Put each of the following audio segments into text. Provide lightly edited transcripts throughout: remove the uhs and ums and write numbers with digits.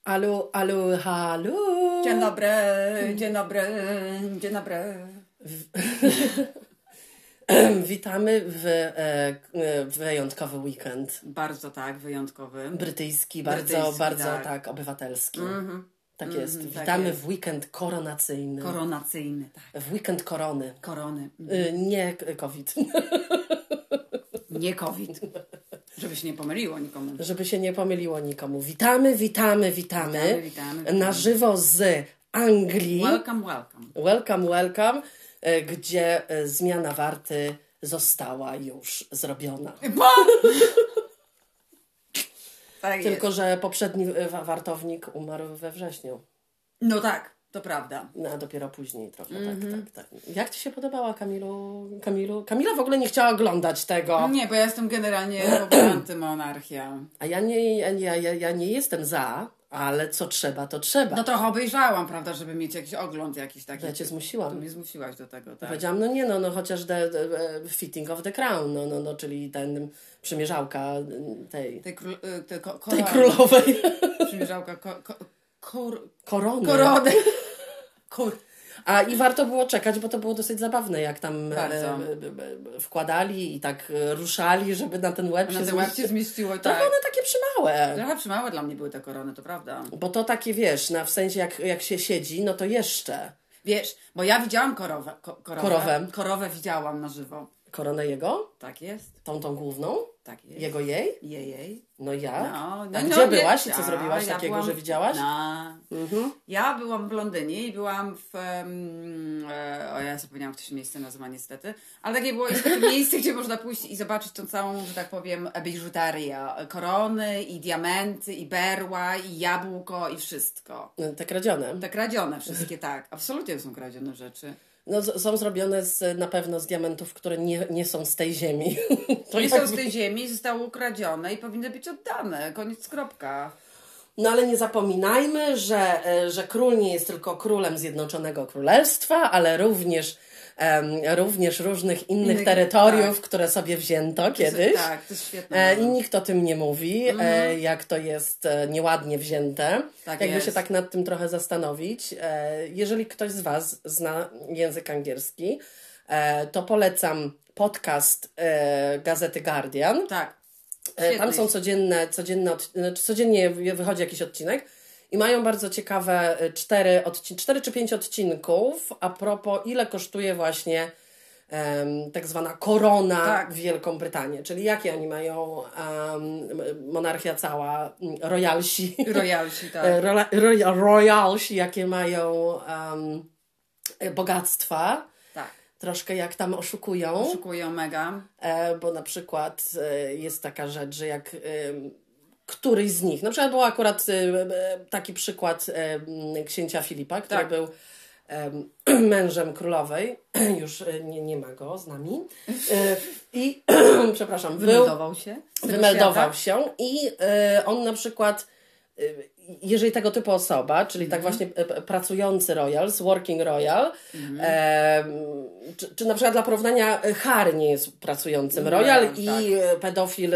Alo, alo, halo. Dzień dobry, dzień dobry, dzień dobry. Witamy w wyjątkowy weekend. Bardzo tak, wyjątkowy. Brytyjski, Brytyjski, bardzo tak. obywatelski. Tak jest. tak Witamy jest. w weekend koronacyjny. Koronacyjny, tak. W weekend korony. Korony. Nie COVID. Nie COVID. Żeby się nie pomyliło nikomu. Żeby się nie pomyliło nikomu. Witamy. Na żywo z Anglii. Welcome. Gdzie zmiana warty została już zrobiona. Tak Tylko, że poprzedni wartownik umarł we wrześniu. No tak, to prawda. No, a dopiero później trochę, tak. Jak Ci się podobała, Kamilu? Kamila w ogóle nie chciała oglądać tego. Nie, bo ja jestem generalnie w ogóle antymonarchia. A ja nie jestem za, ale co trzeba, to trzeba. No trochę obejrzałam, prawda, żeby mieć jakiś ogląd jakiś taki. Ja Cię zmusiłam. Tu mnie zmusiłaś do tego, tak. Powiedziałam, chociaż the fitting of the crown, czyli ten przymierzałka tej królowej. Przymierzałka korony. I warto było czekać, bo to było dosyć zabawne, jak tam wkładali i tak ruszali, żeby na ten łeb się zmieściło. Trochę one takie przymałe. Trochę przymałe dla mnie były te korony, to prawda. Bo to takie, wiesz, w sensie jak się siedzi, no to jeszcze. Wiesz, bo ja widziałam korowę. Korowę widziałam na żywo. Koronę jego? Tak jest. Tą główną? Tak jest. Jego jej? Jej. No jak? No, gdzie byłaś i co zrobiłaś takiego, że widziałaś? Ja byłam w Londynie i byłam w... ja zapomniałam, jak to się miejsce nazywa niestety. Ale takie było miejsce, gdzie można pójść i zobaczyć tą całą, że tak powiem, biżuterię. Korony i diamenty i berła i jabłko i wszystko. Te kradzione. Te kradzione wszystkie, tak. Absolutnie są kradzione rzeczy. No są zrobione na pewno z diamentów, które nie są z tej ziemi. Nie są z tej ziemi, zostały ukradzione i powinny być oddane. Koniec, kropka. No ale nie zapominajmy, że król nie jest tylko królem Zjednoczonego Królestwa, ale również różnych innych terytoriów, które sobie wzięto kiedyś. Tak, to jest świetne. I nikt o tym nie mówi, jak to jest nieładnie wzięte. Tak jakby jest. się tak nad tym trochę zastanowić. Jeżeli ktoś z Was zna język angielski, to polecam podcast Gazety Guardian. Tak. Tam są codziennie wychodzi jakiś odcinek i mają bardzo ciekawe 4 czy 5 odcinków a propos ile kosztuje właśnie tak zwana korona w Wielką Brytanię, czyli jakie oni mają monarchia cała, royalsi, tak. royalsi, jakie mają bogactwa. Troszkę jak tam oszukują. Oszukują mega. Bo na przykład jest taka rzecz, że jak któryś z nich, na przykład był akurat taki przykład księcia Filipa, który był mężem królowej, już nie ma go z nami. I przepraszam, wymeldował się i on na przykład jeżeli tego typu osoba, czyli tak właśnie pracujący royals, working royal, czy na przykład dla porównania Harry nie jest pracującym royal i pedofil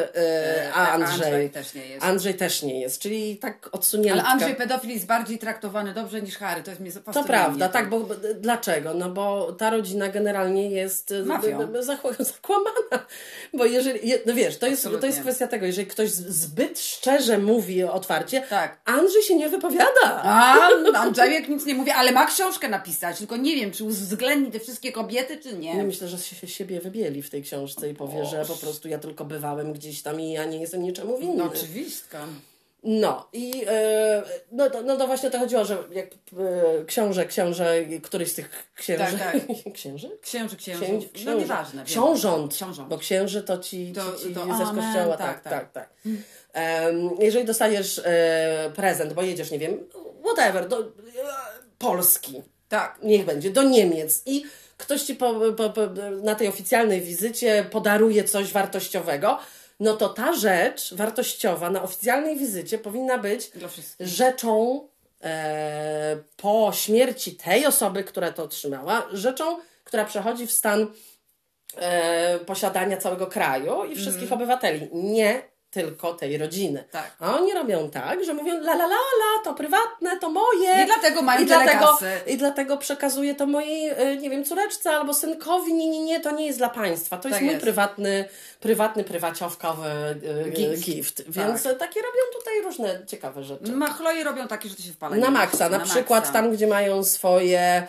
Andrzej też nie jest, czyli tak odsunięty. Ale Andrzej pedofil jest bardziej traktowany dobrze niż Harry, to jest mnie fascynujące. To prawda, tak, bo dlaczego? No bo ta rodzina generalnie jest zakłamana, bo jeżeli, no wiesz, to jest kwestia tego, jeżeli ktoś zbyt szczerze mówi otwarcie, Andrzej się nie wypowiada. Andrzejek nic nie mówi, ale ma książkę napisać, tylko nie wiem, czy uwzględni te wszystkie kobiety, czy nie. Ja myślę, że się siebie wybieli w tej książce i powie, że po prostu ja tylko bywałem gdzieś tam i ja nie jestem niczemu winny. No oczywiście. No i no to właśnie to chodziło, że jak książę, któryś z tych księży... Księży? Księży. No nieważne. Książąt. Bo księży to ci ze z kościoła. Tak. Jeżeli dostajesz prezent, bo jedziesz, nie wiem, whatever, do Polski. Tak. Niech będzie, do Niemiec i ktoś ci na tej oficjalnej wizycie podaruje coś wartościowego, no to ta rzecz wartościowa na oficjalnej wizycie powinna być rzeczą po śmierci tej osoby, która to otrzymała, rzeczą, która przechodzi w stan posiadania całego kraju i wszystkich obywateli. Nie tylko tej rodziny. Tak. A oni robią tak, że mówią la, to prywatne, to moje. I dlatego mają tyle kasy. I dlatego przekazuję to mojej, nie wiem, córeczce albo synkowi. Nie, to nie jest dla państwa. To jest mój prywatny, prywaciowkowy gift. Więc takie robią tutaj różne ciekawe rzeczy. Machloi robią takie, że to się wpala. Na maksa. Na przykład tam, gdzie mają swoje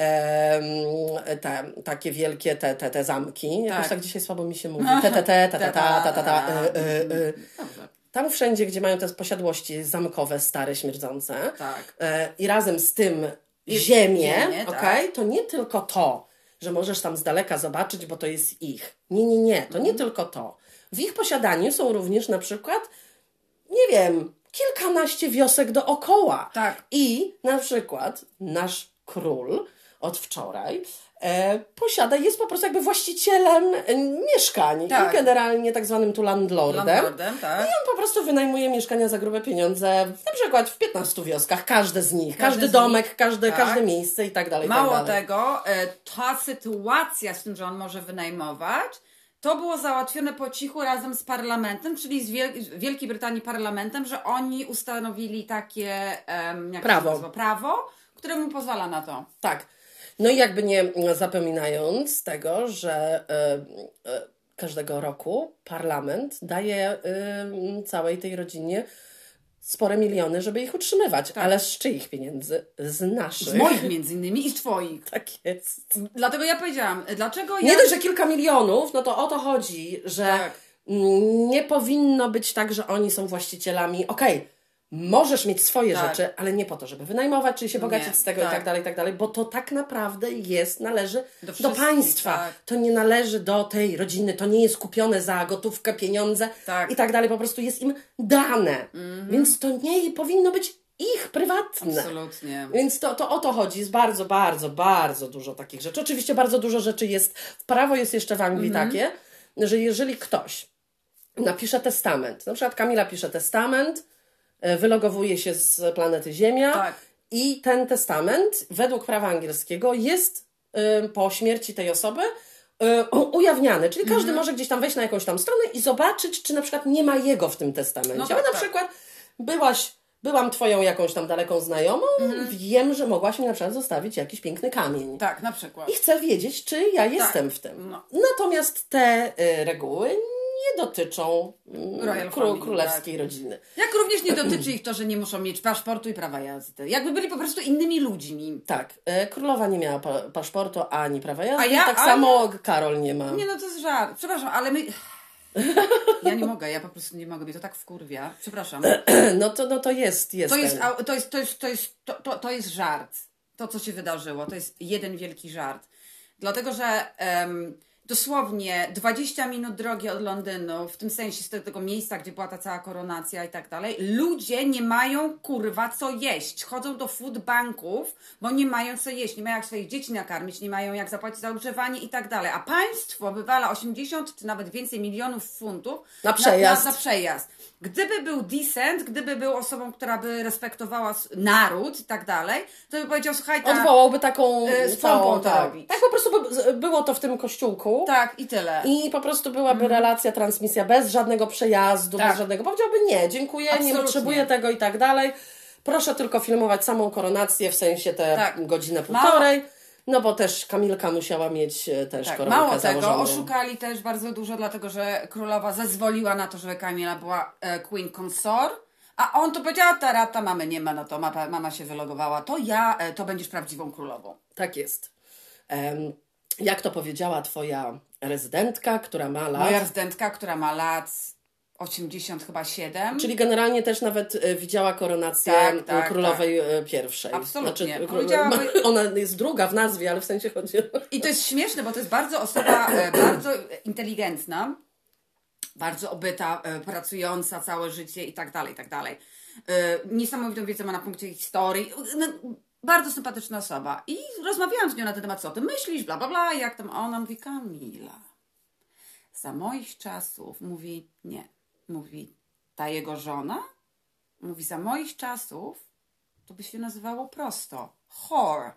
takie wielkie te zamki. Jakoś tak dzisiaj słabo mi się mówi. Tam wszędzie, gdzie mają te posiadłości zamkowe, stare, śmierdzące. Tak. I razem z tym ziemię, to nie tylko to, że możesz tam z daleka zobaczyć, bo to jest ich. Nie. To nie tylko to. W ich posiadaniu są również na przykład, nie wiem, kilkanaście wiosek dookoła. Tak. I na przykład nasz król od wczoraj jest po prostu jakby właścicielem mieszkań i generalnie tak zwanym tu landlordem. Tak. I on po prostu wynajmuje mieszkania za grube pieniądze, na przykład w 15 wioskach, każde z nich, każdy domek, każde miejsce i tak dalej. Mało tego, ta sytuacja z tym, że on może wynajmować, to było załatwione po cichu razem z parlamentem, czyli z Wielkiej Brytanii parlamentem, że oni ustanowili takie prawo, które mu pozwala na to. Tak. No i jakby nie zapominając tego, że każdego roku parlament daje całej tej rodzinie spore miliony, żeby ich utrzymywać. Tak. Ale z czyich pieniędzy? Z naszych. Z moich między innymi i z twoich. Tak jest. Dlatego ja powiedziałam, dlaczego nie dość, że kilka milionów, no to o to chodzi, że nie powinno być tak, że oni są właścicielami. Możesz mieć swoje rzeczy, ale nie po to, żeby wynajmować, czyli się bogacić z tego i tak dalej, bo to tak naprawdę należy do państwa. Tak. To nie należy do tej rodziny, to nie jest kupione za gotówkę, pieniądze i tak dalej, po prostu jest im dane. Więc to nie powinno być ich prywatne. Absolutnie. Więc to o to chodzi. Jest bardzo, bardzo, bardzo dużo takich rzeczy. Oczywiście bardzo dużo rzeczy jest, prawo jest jeszcze w Anglii takie, że jeżeli ktoś napisze testament, na przykład Kamila pisze testament, wylogowuje się z planety Ziemia i ten testament według prawa angielskiego jest po śmierci tej osoby ujawniany, czyli każdy może gdzieś tam wejść na jakąś tam stronę i zobaczyć, czy na przykład nie ma jego w tym testamencie. Na przykład byłam twoją jakąś tam daleką znajomą, wiem, że mogłaś mi na przykład zostawić jakiś piękny kamień. Tak, na przykład. I chcę wiedzieć, czy ja jestem w tym. Natomiast te reguły nie dotyczą królewskiej rodziny. Jak również nie dotyczy ich to, że nie muszą mieć paszportu i prawa jazdy. Jakby byli po prostu innymi ludźmi. Tak. Królowa nie miała paszportu ani prawa jazdy. Samo Karol nie ma. Nie, no to jest żart. Przepraszam, ale my... Ja nie mogę, ja po prostu nie mogę. Mnie to tak wkurwia. Przepraszam. To jest. To jest żart. To, co się wydarzyło. To jest jeden wielki żart. Dlatego, że... dosłownie 20 minut drogi od Londynu, w tym sensie z tego miejsca, gdzie była ta cała koronacja i tak dalej, ludzie nie mają co jeść. Chodzą do food banków, bo nie mają co jeść, nie mają jak swoich dzieci nakarmić, nie mają jak zapłacić za ogrzewanie i tak dalej. A państwo wywala 80 czy nawet więcej milionów funtów na przejazd. Na przejazd. Gdyby był decent, gdyby był osobą, która by respektowała naród i tak dalej, to by powiedział, słuchaj, odwołałby taką z pompą to robić. Tak po prostu było to w tym kościółku. Tak, i tyle. I po prostu byłaby relacja, transmisja bez żadnego przejazdu, bez żadnego. Powiedziałby nie, dziękuję, absolutnie. Nie potrzebuję tego i tak dalej. Proszę tylko filmować samą koronację, w sensie te godzinę, półtorej. No bo też Kamilka musiała mieć też koronkę mało tego, założoną. Oszukali też bardzo dużo, dlatego że królowa zezwoliła na to, żeby Kamila była queen consort, a on to powiedział, ta mamy nie ma, no to mama się wylogowała, to będziesz prawdziwą królową. Tak jest. Jak to powiedziała twoja rezydentka, która ma lat... Moja rezydentka, która ma lat 80 chyba 7. Czyli generalnie też nawet widziała koronację królowej pierwszej. Absolutnie. Ona jest druga w nazwie, ale w sensie chodzi o... I to jest śmieszne, bo to jest bardzo osoba, bardzo inteligentna, bardzo obyta, pracująca całe życie i tak dalej, i tak dalej. Niesamowitą wiedzę ma na punkcie historii. Bardzo sympatyczna osoba. I rozmawiałam z nią na ten temat, co ty myślisz, bla, bla, bla. Jak tam ona mówi, Kamila, za moich czasów, mówi ta jego żona, mówi, za moich czasów to by się nazywało prosto whore.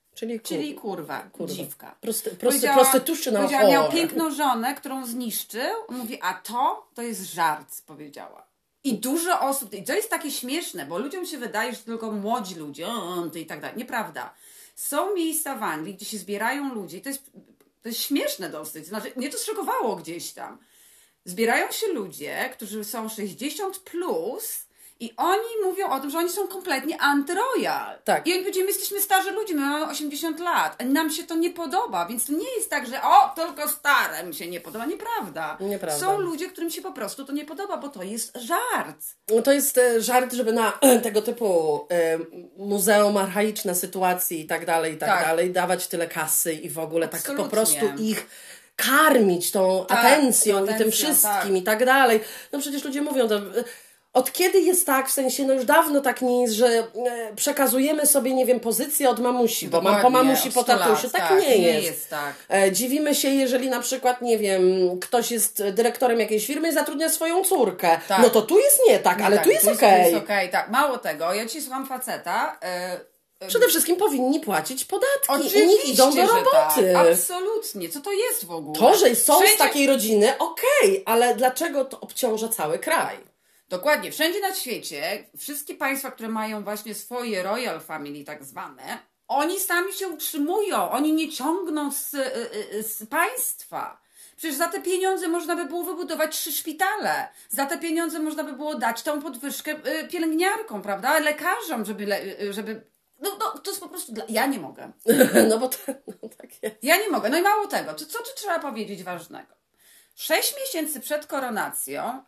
Czyli kurwa. Dziwka. Prostytucja. Miał piękną żonę, którą zniszczył. Mówi, a to jest żart, powiedziała. I dużo osób, i to jest takie śmieszne, bo ludziom się wydaje, że tylko młodzi ludzie, to i tak dalej. Nieprawda. Są miejsca w Anglii, gdzie się zbierają ludzie i to jest śmieszne dosyć. Znaczy, mnie to zszokowało gdzieś tam. Zbierają się ludzie, którzy są 60 plus i oni mówią o tym, że oni są kompletnie anty-royal. Tak. I oni powiedzieli, my jesteśmy starzy ludzie, my mamy 80 lat. Nam się to nie podoba, więc to nie jest tak, że tylko starym się nie podoba. Nieprawda. Są ludzie, którym się po prostu to nie podoba, bo to jest żart. No to jest żart, żeby na tego typu muzeum archaiczne sytuacje i tak dalej, dawać tyle kasy i w ogóle Absolutnie. tak po prostu ich karmić tą atencją i tym wszystkim i tak dalej. No przecież ludzie mówią to... Od kiedy jest tak, w sensie, no już dawno tak nie jest, że przekazujemy sobie, nie wiem, pozycję od mamusi, bo mam po mamusi, po tatusiu. Tak nie jest. Tak. Dziwimy się, jeżeli na przykład, nie wiem, ktoś jest dyrektorem jakiejś firmy i zatrudnia swoją córkę. Tak. No to tu jest nie tak, ale tu jest okej. Tu jest okej, tak. Mało tego, ja dzisiaj słucham faceta... Przede wszystkim powinni płacić podatki. Oczywiście, i nie idą do roboty. Tak, absolutnie. Co to jest w ogóle? To, że są z takiej rodziny, okej, ale dlaczego to obciąża cały kraj? Dokładnie. Wszędzie na świecie, wszystkie państwa, które mają właśnie swoje royal family tak zwane, oni sami się utrzymują. Oni nie ciągną z państwa. Przecież za te pieniądze można by było wybudować 3 szpitale. Za te pieniądze można by było dać tą podwyżkę pielęgniarkom, prawda? Lekarzom, żeby... No, to jest po prostu... Ja nie mogę. No bo tak jest. Ja nie mogę. No i mało tego. Co tu trzeba powiedzieć ważnego? 6 miesięcy przed koronacją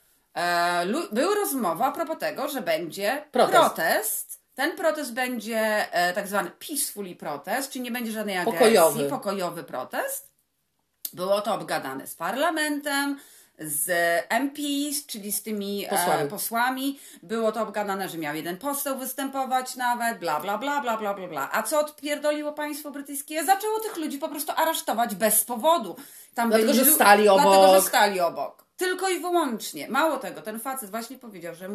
była rozmowa a propos tego, że będzie protest. Ten protest będzie tak zwany peacefully protest, czyli nie będzie żadnej agresji, pokojowy protest. Było to obgadane z parlamentem, z MPs, czyli z tymi posłami. Było to obgadane, że miał jeden poseł występować nawet, bla, bla, bla, bla, bla, bla, bla. A co odpierdoliło państwo brytyjskie? Zaczęło tych ludzi po prostu aresztować bez powodu. Dlatego, że stali obok. Tylko i wyłącznie. Mało tego, ten facet właśnie powiedział, że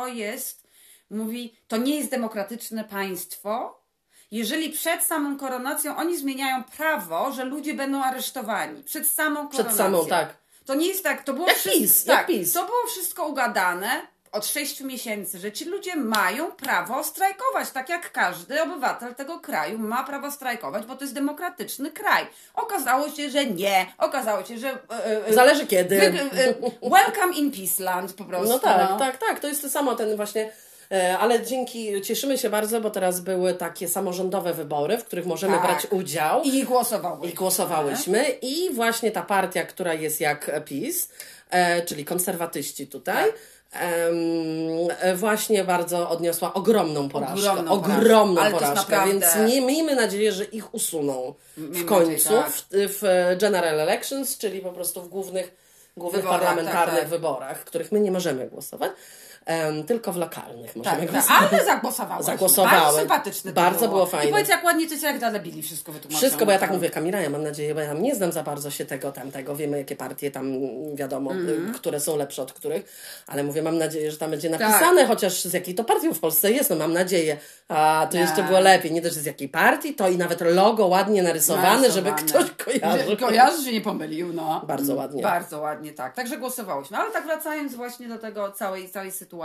to nie jest demokratyczne państwo, jeżeli przed samą koronacją oni zmieniają prawo, że ludzie będą aresztowani. Przed samą koronacją. Tak. To nie jest tak, to było PiS. To było wszystko ugadane od 6 miesięcy, że ci ludzie mają prawo strajkować, tak jak każdy obywatel tego kraju ma prawo strajkować, bo to jest demokratyczny kraj. Okazało się, że nie. Okazało się, że... Zależy kiedy. Welcome in Peaceland po prostu. No tak. To jest to samo, ten właśnie... Ale cieszymy się bardzo, bo teraz były takie samorządowe wybory, w których możemy brać udział. I głosowałyśmy. I właśnie ta partia, która jest jak PiS, czyli konserwatyści tutaj, właśnie bardzo odniosła ogromną porażkę. Ogromną porażkę. Naprawdę... Więc miejmy nadzieję, że ich usuną w końcu w General Elections, czyli po prostu w głównych parlamentarnych wyborach, w których my nie możemy głosować. Tylko w lokalnych możemy głosować. Ale zagłosowały. Bardzo sympatyczne to było fajne. I powiedz, jak ładnie to jest, jak dalebili wszystko wytłumaczone. Wszystko, bo ja tak mówię, Kamila, ja mam nadzieję, bo ja tam nie znam za bardzo się tamtego. Wiemy, jakie partie tam, wiadomo, które są lepsze od których, ale mówię, mam nadzieję, że tam będzie napisane, chociaż z jakiej to partii w Polsce jest, no mam nadzieję. A to jeszcze było lepiej, nie też z jakiej partii, to i nawet logo ładnie narysowane, żeby ktoś kojarzył. Kojarzy, że nie pomylił, no. Bardzo ładnie. Bardzo ładnie, tak. Także głosowałyśmy. Ale tak wracając właśnie do tego całej sytuacji.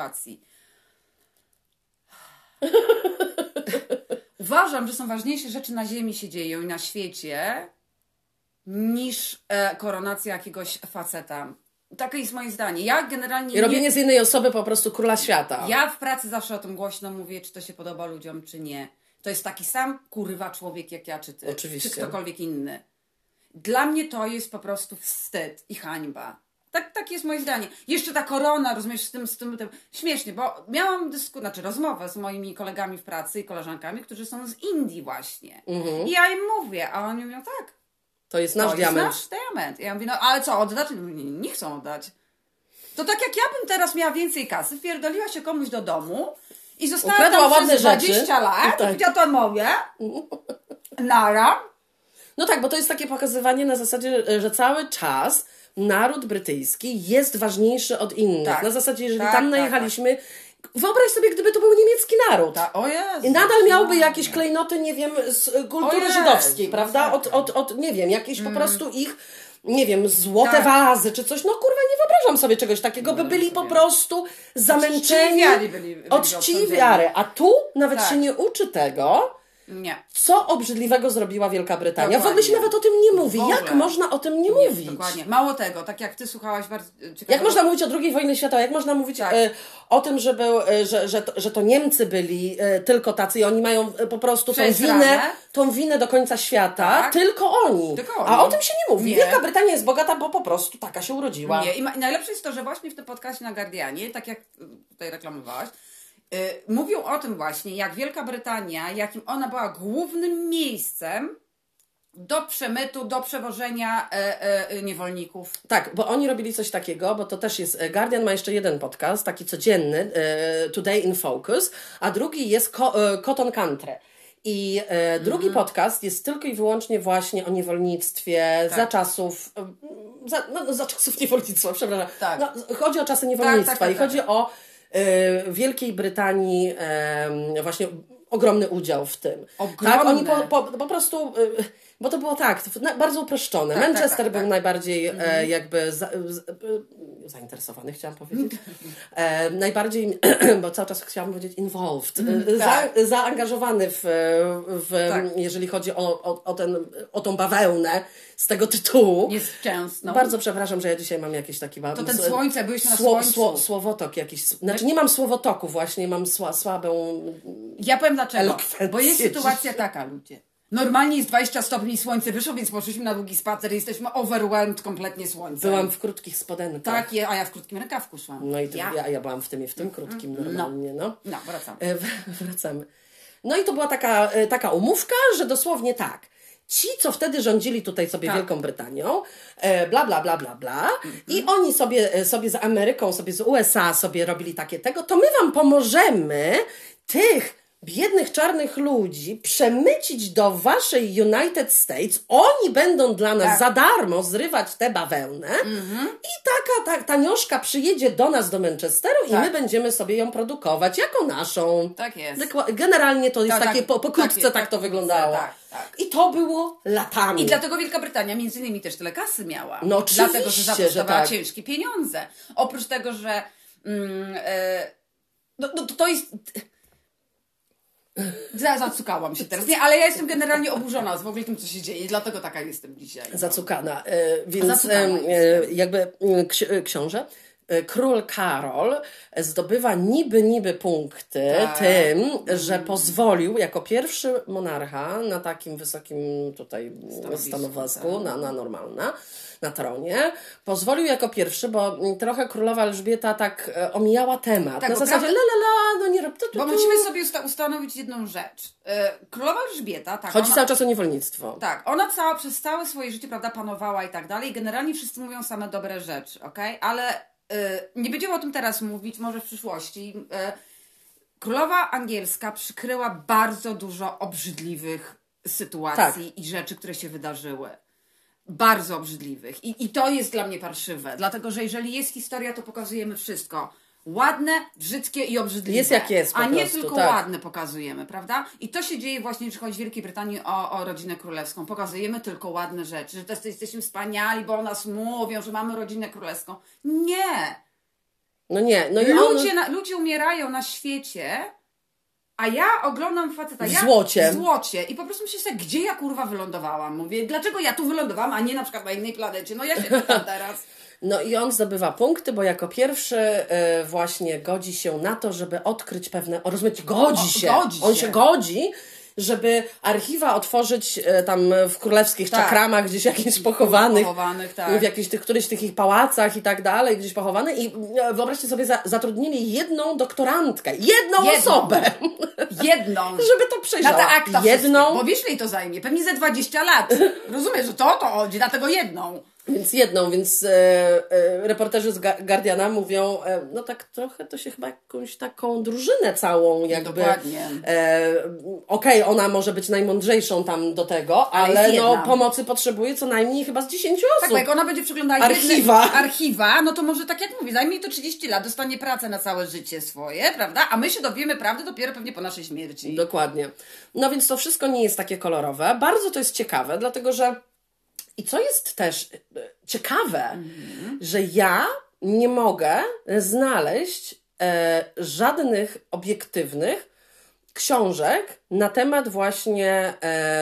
Uważam, że są ważniejsze rzeczy na ziemi się dzieją i na świecie niż koronacja jakiegoś faceta. Takie jest moje zdanie. Ja generalnie... I robienie z jednej osoby po prostu króla świata. Ja w pracy zawsze o tym głośno mówię, czy to się podoba ludziom, czy nie. To jest taki sam kurwa człowiek jak ja, czy ty. Oczywiście. Czy ktokolwiek inny. Dla mnie to jest po prostu wstyd i hańba. Tak jest moje zdanie. Jeszcze ta korona, rozumiesz, z tym śmiesznie, bo miałam rozmowę z moimi kolegami w pracy i koleżankami, którzy są z Indii właśnie. I ja im mówię, a oni mówią tak. To jest nasz diament. To jest nasz diament. I ja mówię, no ale co, oddać? Nie chcą oddać. To tak jak ja bym teraz miała więcej kasy, wpierdoliła się komuś do domu i została tam przez 20 lat i powiedziała, to moje. Nara. No tak, bo to jest takie pokazywanie na zasadzie, że cały czas naród brytyjski jest ważniejszy od innych. Na zasadzie, jeżeli tam najechaliśmy Wyobraź sobie, gdyby to był niemiecki naród. O Jezu, I nadal miałby jakieś klejnoty, nie wiem, z kultury Jezu, żydowskiej, prawda? masakra. Od nie wiem, jakieś po prostu ich, nie wiem, złote wazy czy coś. No kurwa, nie wyobrażam sobie czegoś takiego, by byli po prostu zamęczeni. Czci wiary. A tu nawet się nie uczy tego. Nie. Co obrzydliwego zrobiła Wielka Brytania? Dokładnie. W ogóle się nawet o tym nie mówi. Jak można o tym nie mówić? Dokładnie. Mało tego, tak jak ty słuchałaś bardzo ciekawego... Jak można mówić o II wojnie światowej? Jak można mówić o tym, że to Niemcy byli tylko tacy i oni mają po prostu tą winę do końca świata? Tylko oni. A o tym się nie mówi. Nie. Wielka Brytania jest bogata, bo po prostu taka się urodziła. Nie. I najlepsze jest to, że właśnie w tym podcastie na Guardianie, tak jak tutaj reklamowałaś, mówią o tym właśnie, jak Wielka Brytania, jakim ona była głównym miejscem do przemytu, do przewożenia niewolników. Tak, bo oni robili coś takiego, bo to też jest, Guardian ma jeszcze jeden podcast, taki codzienny, Today in Focus, a drugi jest Cotton Country. I drugi podcast jest tylko i wyłącznie właśnie o niewolnictwie, za czasów niewolnictwa, przepraszam. Tak. No, chodzi o czasy niewolnictwa i chodzi o Wielkiej Brytanii właśnie ogromny udział w tym. Tak, oni po prostu, bo to było tak, bardzo uproszczone. Manchester był najbardziej jakby zainteresowany, chciałam powiedzieć. Najbardziej, bo cały czas chciałam powiedzieć involved, zaangażowany jeżeli chodzi o tą bawełnę z tego tytułu. Jest często. Bardzo przepraszam, że ja dzisiaj mam jakiś taki... To ten słońce, byliśmy na słońcu. Słowotok jakiś. Znaczy nie mam słowotoku właśnie, mam słabą... Ja powiem dlaczego. Bo jest sytuacja taka, ludzie. Normalnie jest 20 stopni, słońce wyszło, więc poszliśmy na długi spacer i jesteśmy overwhelmed kompletnie słońcem. Byłam w krótkich spodenkach. Tak, a ja w krótkim rękawku szłam. No i ja byłam w tym krótkim normalnie, no. No, wracamy. Wracamy. No i to była taka umówka, że dosłownie tak. Ci, co wtedy rządzili tutaj sobie Wielką Brytanią, bla, bla, bla, bla, bla, i oni sobie z Ameryką, sobie z USA sobie robili takie tego, to my wam pomożemy tych biednych, czarnych ludzi przemycić do waszej United States. Oni będą dla nas za darmo zrywać tę bawełnę i taka tanioszka przyjedzie do nas do Manchesteru i my będziemy sobie ją produkować jako naszą. Tak jest. Generalnie to jest takie, pokrótce tak to wyglądało. Tak. I to było latami. I dlatego Wielka Brytania między innymi też tyle kasy miała. No oczywiście, dlatego, że zapostawała ciężkie pieniądze. Oprócz tego, że to jest... Zacukałam się teraz. Nie, ale ja jestem generalnie oburzona z w ogóle tym, co się dzieje. Dlatego taka jestem dzisiaj. Zacukana. Więc jakby książę Król Karol zdobywa niby punkty tym, że pozwolił jako pierwszy monarcha na takim wysokim tutaj stanowisku, na tronie, pozwolił jako pierwszy, bo trochę królowa Elżbieta tak omijała temat. Tak, na zasadzie no nie rób to. Bo musimy sobie ustanowić jedną rzecz. Królowa Elżbieta, tak. Chodzi cały czas o niewolnictwo. Tak, ona przez całe swoje życie, prawda, panowała i tak dalej. Generalnie wszyscy mówią same dobre rzeczy, okej? Ale nie będziemy o tym teraz mówić, może w przyszłości. Królowa angielska przykryła bardzo dużo obrzydliwych sytuacji i rzeczy, które się wydarzyły. Bardzo obrzydliwych. I to jest dla mnie parszywe. Dlatego, że jeżeli jest historia, to pokazujemy wszystko. Ładne, brzydkie i obrzydliwe. Jest jak jest a nie tylko ładne pokazujemy, prawda? I to się dzieje właśnie, jeśli chodzi w Wielkiej Brytanii o rodzinę królewską. Pokazujemy tylko ładne rzeczy, że to jesteśmy wspaniali, bo o nas mówią, że mamy rodzinę królewską. Nie! No nie. No ludzie umierają na świecie, a ja oglądam faceta w złocie i po prostu myślę sobie, gdzie ja kurwa wylądowałam? Mówię, dlaczego ja tu wylądowałam, a nie na przykład na innej planecie? No ja się pytam teraz. No i on zdobywa punkty, bo jako pierwszy właśnie godzi się na to, żeby odkryć pewne... On się godzi, żeby archiwa otworzyć tam w królewskich czakramach, gdzieś jakichś pochowanych w jakichś którychś tych ich pałacach i tak dalej, gdzieś pochowane. I wyobraźcie sobie, zatrudnili jedną doktorantkę. Jedną osobę. Jedną. Żeby to przejrzała. Na te akta bo wiesz, ile to zajmie? Pewnie ze 20 lat. Rozumiesz, że to chodzi, dlatego jedną. Więc reporterzy z Guardiana mówią, no tak trochę to się chyba jakąś taką drużynę całą jakby... Dokładnie. Okej, ona może być najmądrzejszą tam do tego, ale no pomocy potrzebuje co najmniej chyba z 10 osób. Tak, bo jak ona będzie przeglądała archiwa, no to może tak jak mówię, zajmie to 30 lat, dostanie pracę na całe życie swoje, prawda? A my się dowiemy prawdy dopiero pewnie po naszej śmierci. Dokładnie. No więc to wszystko nie jest takie kolorowe. Bardzo to jest ciekawe, dlatego że i co jest też ciekawe, że ja nie mogę znaleźć żadnych obiektywnych książek na temat właśnie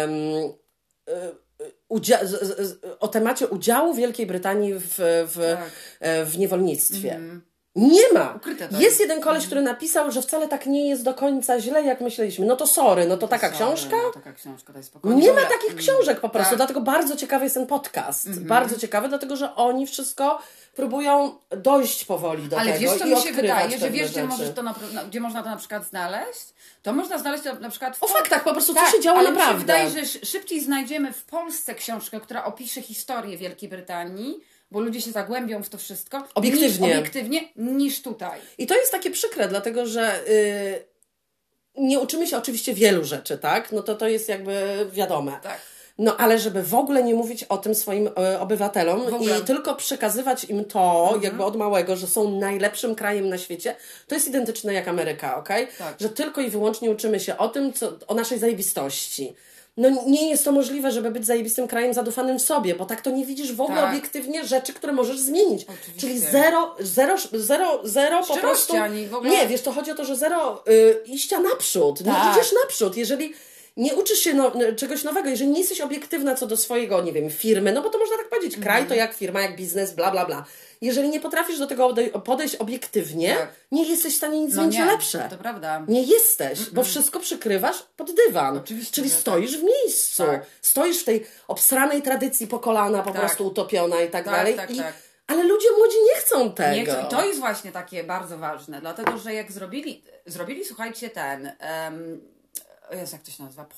o temacie udziału Wielkiej Brytanii w niewolnictwie. Nie ma. Jest jeden koleś, który napisał, że wcale tak nie jest do końca źle, jak myśleliśmy. No to sorry, no to taka książka? No, taka książka, daj spokojnie. Nie ma takich książek po prostu, dlatego bardzo ciekawy jest ten podcast. Bardzo ciekawy, dlatego że oni wszystko próbują dojść powoli do tego. Ale wiesz, co i mi się wydaje, że wiesz, gdzie można to na przykład znaleźć? To można znaleźć na przykład... O faktach po prostu, co się działo naprawdę. Ale mi się wydaje, że szybciej znajdziemy w Polsce książkę, która opisze historię Wielkiej Brytanii, bo ludzie się zagłębią w to wszystko obiektywnie niż tutaj. I to jest takie przykre, dlatego że nie uczymy się oczywiście wielu rzeczy, tak? No to jest jakby wiadome. Tak. No ale żeby w ogóle nie mówić o tym swoim obywatelom i tylko przekazywać im to jakby od małego, że są najlepszym krajem na świecie, to jest identyczne jak Ameryka, okej? Tak. Że tylko i wyłącznie uczymy się o tym, o naszej zajebistości. No nie jest to możliwe, żeby być zajebistym krajem zadufanym w sobie, bo tak to nie widzisz w ogóle obiektywnie rzeczy, które możesz zmienić. Oczywiście. Czyli zero po prostu... w ogóle... Nie, wiesz, to chodzi o to, że zero iścia naprzód. Nie idziesz naprzód. Jeżeli nie uczysz się czegoś nowego, jeżeli nie jesteś obiektywna co do swojego, nie wiem, firmy, no bo to można tak powiedzieć, kraj to jak firma, jak biznes, bla, bla, bla. Jeżeli nie potrafisz do tego podejść obiektywnie, nie jesteś w stanie nic zmienić na lepsze. To prawda. Nie jesteś, bo wszystko przykrywasz pod dywan. Oczywiście, czyli stoisz w miejscu. Tak. Stoisz w tej obsranej tradycji po kolana, po prostu utopiona i tak dalej. Ale ludzie młodzi nie chcą tego. Nie chcą. I to jest właśnie takie bardzo ważne, dlatego, że jak zrobili słuchajcie, jak to się nazywa?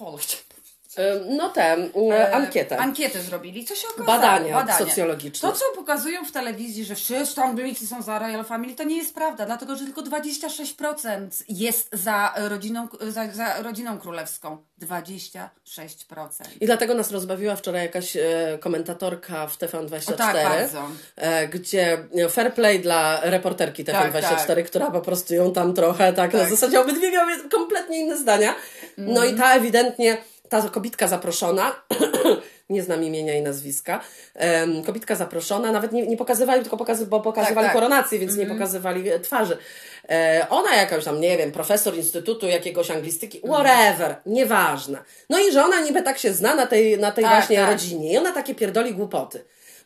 Ankietę. Ankietę zrobili. Co się okazało? Badania socjologiczne. To, co pokazują w telewizji, że wszyscy Anglicy są za Royal Family, to nie jest prawda, dlatego, że tylko 26% jest za rodziną królewską. 26%. I dlatego nas rozbawiła wczoraj jakaś komentatorka w TVN24, bardzo. Gdzie fair play dla reporterki TVN24, która po prostu ją tam trochę na zasadzie obydwie miały kompletnie inne zdania. No i ta ewidentnie ta kobitka zaproszona, nie znam imienia i nazwiska, kobitka zaproszona, nawet nie pokazywali, tylko pokazywali koronację, więc nie pokazywali twarzy. Ona jakaś tam, nie wiem, profesor instytutu jakiegoś anglistyki, whatever, nieważne. No i że ona niby tak się zna na tej właśnie rodzinie i ona takie pierdoli głupoty.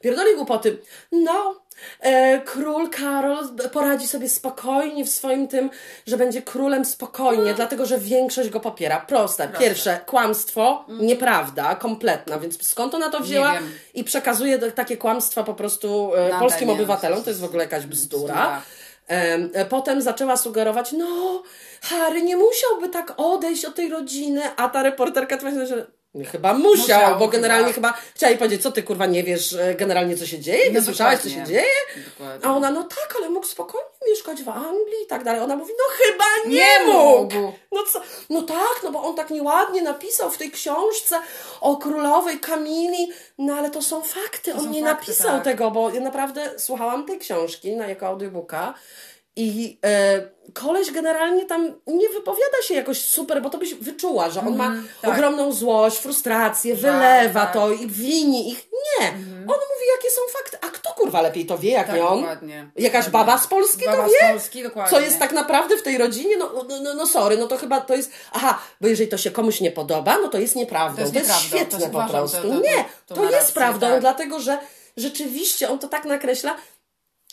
Król Karol poradzi sobie spokojnie w swoim tym, że będzie królem spokojnie, dlatego, że większość go popiera. Proste. Pierwsze, kłamstwo, nieprawda, kompletna, więc skąd ona to wzięła i przekazuje takie kłamstwa po prostu polskim obywatelom, to jest w ogóle jakaś bzdura. Potem zaczęła sugerować, Harry nie musiałby tak odejść od tej rodziny, a ta reporterka tłumaczyła, że chyba musiał, bo generalnie chyba chciała jej powiedzieć, co ty kurwa nie wiesz generalnie co się dzieje, nie słyszałaś co się dzieje? Dokładnie. A ona, ale mógł spokojnie mieszkać w Anglii i tak dalej. Ona mówi, chyba nie mógł. Bo on tak nieładnie napisał w tej książce o królowej Kamili, ale to są fakty, on nie napisał tego, bo ja naprawdę słuchałam tej książki jako audiobooka i koleś generalnie tam nie wypowiada się jakoś super, bo to byś wyczuła, że on ma ogromną złość, frustrację, wylewa to i wini ich. Nie. On mówi, jakie są fakty. A kto kurwa lepiej to wie, jak nie on? Dokładnie. Jakaś baba z Polski to wie? Z Polski, dokładnie. Co jest tak naprawdę w tej rodzinie? Sorry, to chyba to jest... Aha, bo jeżeli to się komuś nie podoba, to jest nieprawdą. To jest świetne po prostu. Nie, to jest prawdą, dlatego że rzeczywiście on to tak nakreśla.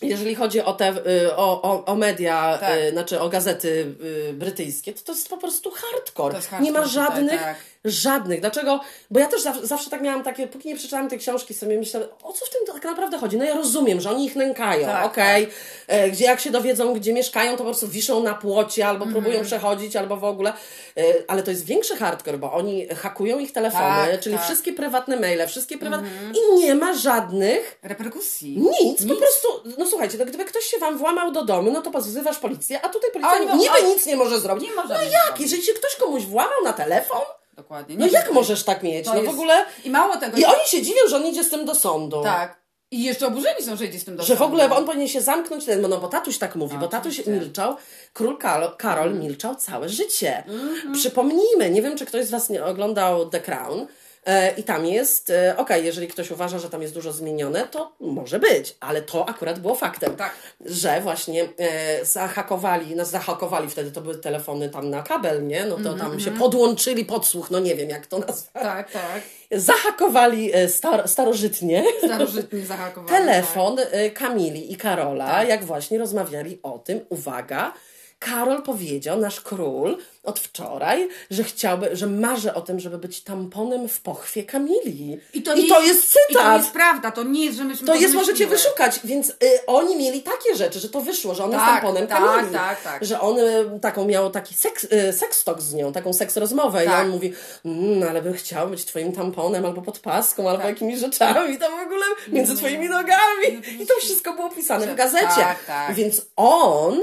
jeżeli chodzi o te, o media, znaczy o gazety brytyjskie, to jest po prostu hardcore. Nie ma żadnych, żadnych. Dlaczego? Bo ja też zawsze tak miałam takie, póki nie przeczytałam tej książki, sobie myślę, o co w tym tak naprawdę chodzi? No ja rozumiem, że oni ich nękają, gdzie jak się dowiedzą, gdzie mieszkają, to po prostu wiszą na płocie, albo próbują przechodzić, albo w ogóle. Ale to jest większy hardcore, bo oni hakują ich telefony, czyli wszystkie prywatne maile, wszystkie prywatne... I nie ma żadnych... reperkusji. Nic, po prostu... No słuchajcie, to gdyby ktoś się wam włamał do domu, no to pozywasz policję, a tutaj policja nic nie może zrobić. Nie może Jeżeli się ktoś komuś włamał na telefon, dokładnie. No jak możesz tak mieć? No w ogóle... I mało tego... I oni się dziwią, że on idzie z tym do sądu. Tak. I jeszcze oburzeni są, że idzie z tym do sądu. Że w ogóle on powinien się zamknąć, no bo tatuś tak mówi, bo tatuś milczał, król Karol milczał całe życie. Przypomnijmy, nie wiem, czy ktoś z was nie oglądał The Crown, i tam jest, jeżeli ktoś uważa, że tam jest dużo zmienione, to może być, ale to akurat było faktem, że właśnie zahakowali wtedy, to były telefony tam na kabel, nie? No to tam się podłączyli, podsłuch, no nie wiem jak to nazwać. Tak. Zahakowali starożytnie zahakowali telefon Kamili i Karola, jak właśnie rozmawiali o tym, uwaga, Karol powiedział, nasz król, od wczoraj, że chciałby, że marzy o tym, żeby być tamponem w pochwie Kamili. I to jest cytat. I to jest prawda, to nie jest, że myśmy to jest, możecie wyszukać, więc oni mieli takie rzeczy, że to wyszło, że on jest tamponem Kamili. Tak. Że on miał taki seks-talk z nią, taką seks-rozmowę i on mówi, ale bym chciał być twoim tamponem albo podpaską, albo jakimiś rzeczami tam w ogóle między twoimi nogami. I to wszystko było pisane w gazecie. Więc on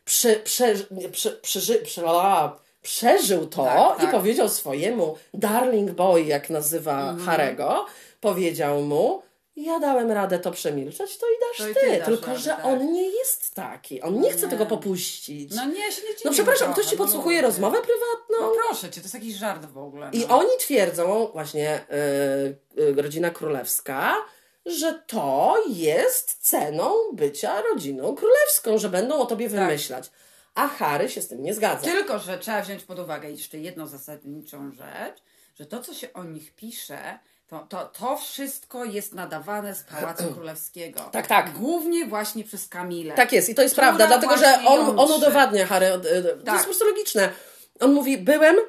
przeżył to i powiedział swojemu darling boy, jak nazywa Harry'ego, powiedział mu, ja dałem radę to przemilczeć, to i dasz ty. Tylko, że on nie jest taki. On nie chce tego popuścić. No nie, się nie dziwi. No przepraszam, ktoś ci podsłuchuje rozmowę prywatną? No proszę cię, to jest jakiś żart w ogóle. I oni twierdzą, właśnie rodzina królewska, że to jest ceną bycia rodziną królewską, że będą o tobie wymyślać. A Harry się z tym nie zgadza. Tylko, że trzeba wziąć pod uwagę jeszcze jedną zasadniczą rzecz, że to, co się o nich pisze, to wszystko jest nadawane z Pałacu Królewskiego. Tak. Głównie właśnie przez Kamilę. Tak jest i to jest prawda, dlatego, że on udowadnia Harry. To jest po prostu logiczne. On mówi,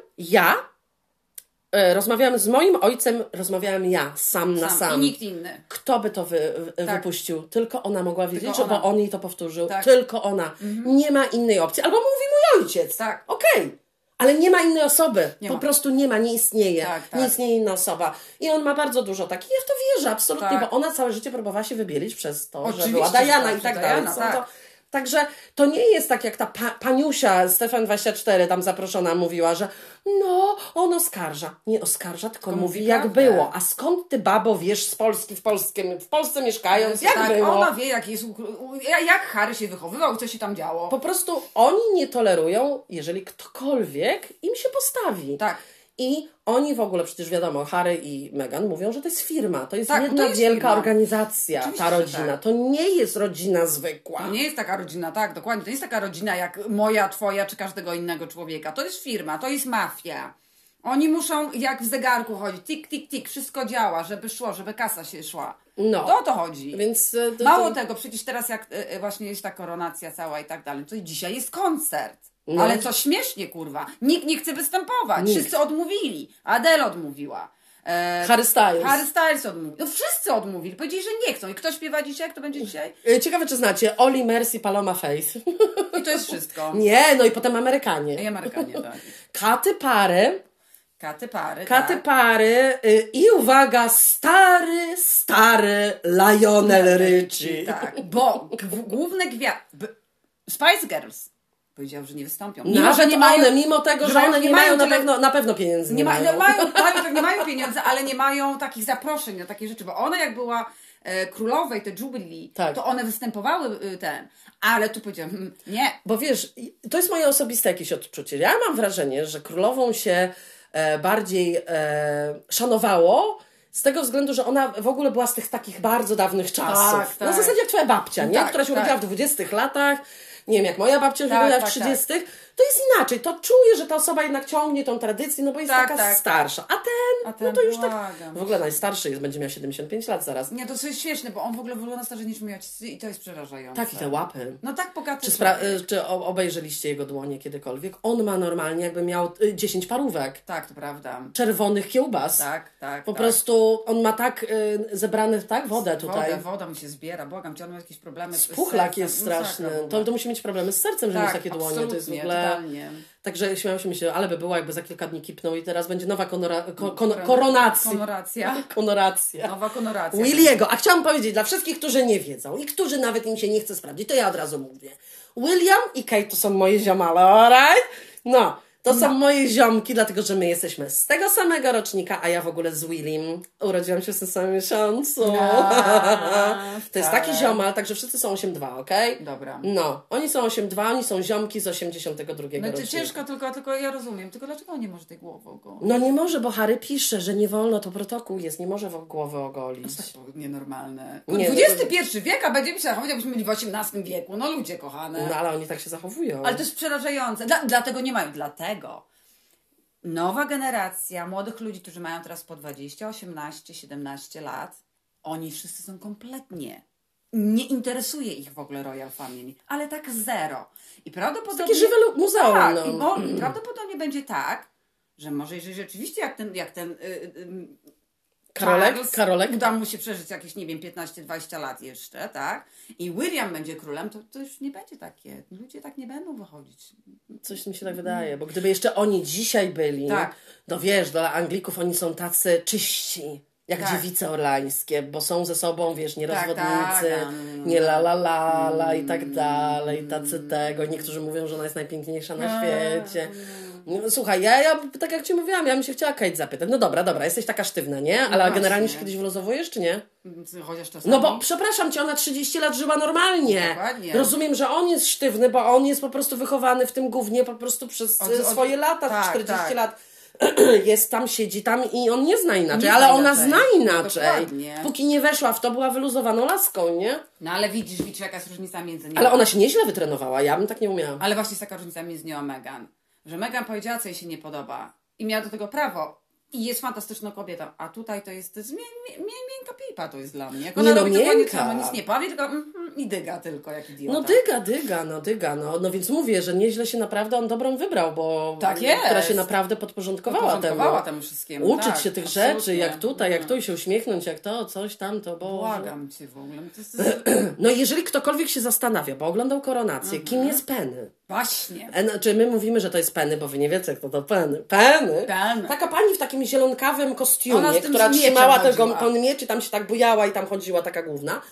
rozmawiałem z moim ojcem, rozmawiałem ja, sam na sam. I nikt inny. Kto by to wypuścił? Tylko ona mogła wiedzieć, bo on jej to powtórzył. Tylko ona. Nie ma innej opcji. Albo mówi mój ojciec. Okej. Ale nie ma innej osoby. Po prostu nie ma, nie istnieje. Nie istnieje inna osoba. I on ma bardzo dużo takich. Ja w to wierzę, absolutnie, bo ona całe życie próbowała się wybielić przez to, że była Diana i tak dalej. Także to nie jest tak, jak ta paniusia z TVN24 tam zaproszona mówiła, że on oskarża. Nie oskarża, tylko mówi jak było. A skąd ty, babo, wiesz z Polski w Polsce mieszkając, jak było? Ona wie, jak Harry się wychowywał i co się tam działo. Po prostu oni nie tolerują, jeżeli ktokolwiek im się postawi. I oni w ogóle, przecież wiadomo, Harry i Meghan mówią, że to jest firma. To jest jedna wielka organizacja, oczywiście, ta rodzina. To nie jest rodzina zwykła. To nie jest taka rodzina, dokładnie. To nie jest taka rodzina jak moja, twoja czy każdego innego człowieka. To jest firma, to jest mafia. Oni muszą jak w zegarku chodzić. Tik, tik, tik. Wszystko działa, żeby szło, żeby kasa się szła. To o to chodzi. Więc mało tego, przecież teraz jak właśnie jest ta koronacja cała i tak dalej, to dzisiaj jest koncert. Ale co śmiesznie, kurwa. Nikt nie chce występować. Wszyscy odmówili. Adele odmówiła. Harry Styles odmówił. No wszyscy odmówili. Powiedzieli, że nie chcą. I kto śpiewa dzisiaj? Kto będzie dzisiaj? Ciekawe, czy znacie Oli Mercy, Paloma Faith. I to jest wszystko. Nie, no i potem Amerykanie. I Amerykanie, tak. Katy Pary. Katy Pary i uwaga, stary Lionel Richie. Tak, bo główne gwiazdy Spice Girls powiedział, że nie wystąpią. Mimo tego, że one nie mają na pewno pieniędzy. Nie mają pieniędzy, ale nie mają takich zaproszeń na takie rzeczy, bo ona jak była królowej, te Jubilee, to one występowały ale tu powiedziałam, nie. Bo wiesz, to jest moje osobiste jakieś odczucie. Ja mam wrażenie, że królową się bardziej szanowało z tego względu, że ona w ogóle była z tych takich bardzo dawnych czasów. Na zasadzie jak twoja babcia, nie? Która się urodziła w 20 latach. Nie wiem, jak moja babcia się urodziła w 30. to jest inaczej. To czuję, że ta osoba jednak ciągnie tą tradycję, no bo jest taka starsza. A ten, no to już tak... W ogóle najstarszy jest, będzie miał 75 lat zaraz. Nie, to jest śmieszne, bo on w ogóle wygląda starzej niż mój ojciec i to jest przerażające. Tak, i te łapy. No tak bogaty. Czy obejrzeliście jego dłonie kiedykolwiek? On ma normalnie jakby miał 10 parówek. Tak, to prawda. Czerwonych kiełbas. Tak. Po prostu on ma tak zebrane wodę tutaj. Woda mu się zbiera, błagam cię, on ma jakieś problemy z Puchlak jest straszny. To musi mieć problemy z sercem, że mieć takie dłonie. To jest w ogóle... Totalnie. Także śmiałam się, myślę, ale by było, jakby za kilka dni kipnął i teraz będzie nowa koronacja. Nowa konoracja. Williego. A chciałam powiedzieć dla wszystkich, którzy nie wiedzą i którzy nawet im się nie chce sprawdzić, to ja od razu mówię. William i Kate to są moje ziomale, alright? No. To są moje ziomki, dlatego że my jesteśmy z tego samego rocznika, a ja w ogóle z Willim urodziłam się w tym samym miesiącu. To jest taki ziomal, także wszyscy są 8-2, okej? Dobra. No, oni są 8-2, oni są ziomki z 82 rocznika. No to ciężko, tylko ja rozumiem. Tylko dlaczego on nie może tej głowy ogolić? No nie może, bo Harry pisze, że nie wolno, to protokół jest, nie może głowy ogolić. To jest nienormalne. Nie, XXI wiek, a będziemy się zachować, jakbyśmy byli w XVIII wieku. No ludzie kochane. No ale oni tak się zachowują. Ale to jest przerażające. Dlatego nie mają. Dlatego nowa generacja młodych ludzi, którzy mają teraz po 20, 18, 17 lat, oni wszyscy są kompletnie... Nie interesuje ich w ogóle Royal Family, ale tak zero. I prawdopodobnie... Takie żywe muzeum. Tak, no. i prawdopodobnie będzie tak, że może jeżeli rzeczywiście jak ten Karolek? uda mu się przeżyć jakieś, nie wiem, 15-20 lat jeszcze, tak? I William będzie królem, to już nie będzie takie. Ludzie tak nie będą wychodzić. Coś mi się tak wydaje, bo gdyby jeszcze oni dzisiaj byli, to wiesz, dla Anglików oni są tacy czyści. Jak dziewice orlańskie, bo są ze sobą, wiesz, nierozwodnicy, nie la i tak dalej, tacy tego. Niektórzy mówią, że ona jest najpiękniejsza na świecie. No, słuchaj, ja tak jak Ci mówiłam, ja bym się chciała Kate zapytać. No dobra, jesteś taka sztywna, nie? Ale generalnie się kiedyś wylozowujesz, czy nie? Chociaż czasami. No bo, przepraszam Cię, ona 30 lat żyła normalnie. Dokładnie. Rozumiem, że on jest sztywny, bo on jest po prostu wychowany w tym gównie po prostu przez swoje lata, 40 lat. Jest tam, siedzi tam i on nie zna inaczej, ale ona zna inaczej. Dokładnie. Póki nie weszła w to, była wyluzowaną laską, nie? No ale widzisz, jaka jest różnica między nimi. Ale ona się nieźle wytrenowała, ja bym tak nie umiała. Ale właśnie jest taka różnica między nią a Meghan. Że Meghan powiedziała, co jej się nie podoba i miała do tego prawo. I jest fantastyczną kobietą. A tutaj to jest miękka pipa to jest dla mnie. Jak ona robi to nic nie powie, tylko i dyga tylko, jak idiota. No dyga. No więc mówię, że nieźle się naprawdę on dobrą wybrał, bo tak jest. Która się naprawdę podporządkowała temu wszystkiemu. Uczyć się tych rzeczy, jak tutaj, jak tu się uśmiechnąć, jak to, coś tam, to bo. Błagam Cię w ogóle. No jeżeli ktokolwiek się zastanawia, bo oglądał Koronację, kim jest Penny? Właśnie. Znaczy my mówimy, że to jest Penny, bo wy nie wiecie, kto to Penny. Penny. Taka pani w takim zielonkawym kostiumie, która trzymała ten miecz i tam się tak bujała i tam chodziła taka główna.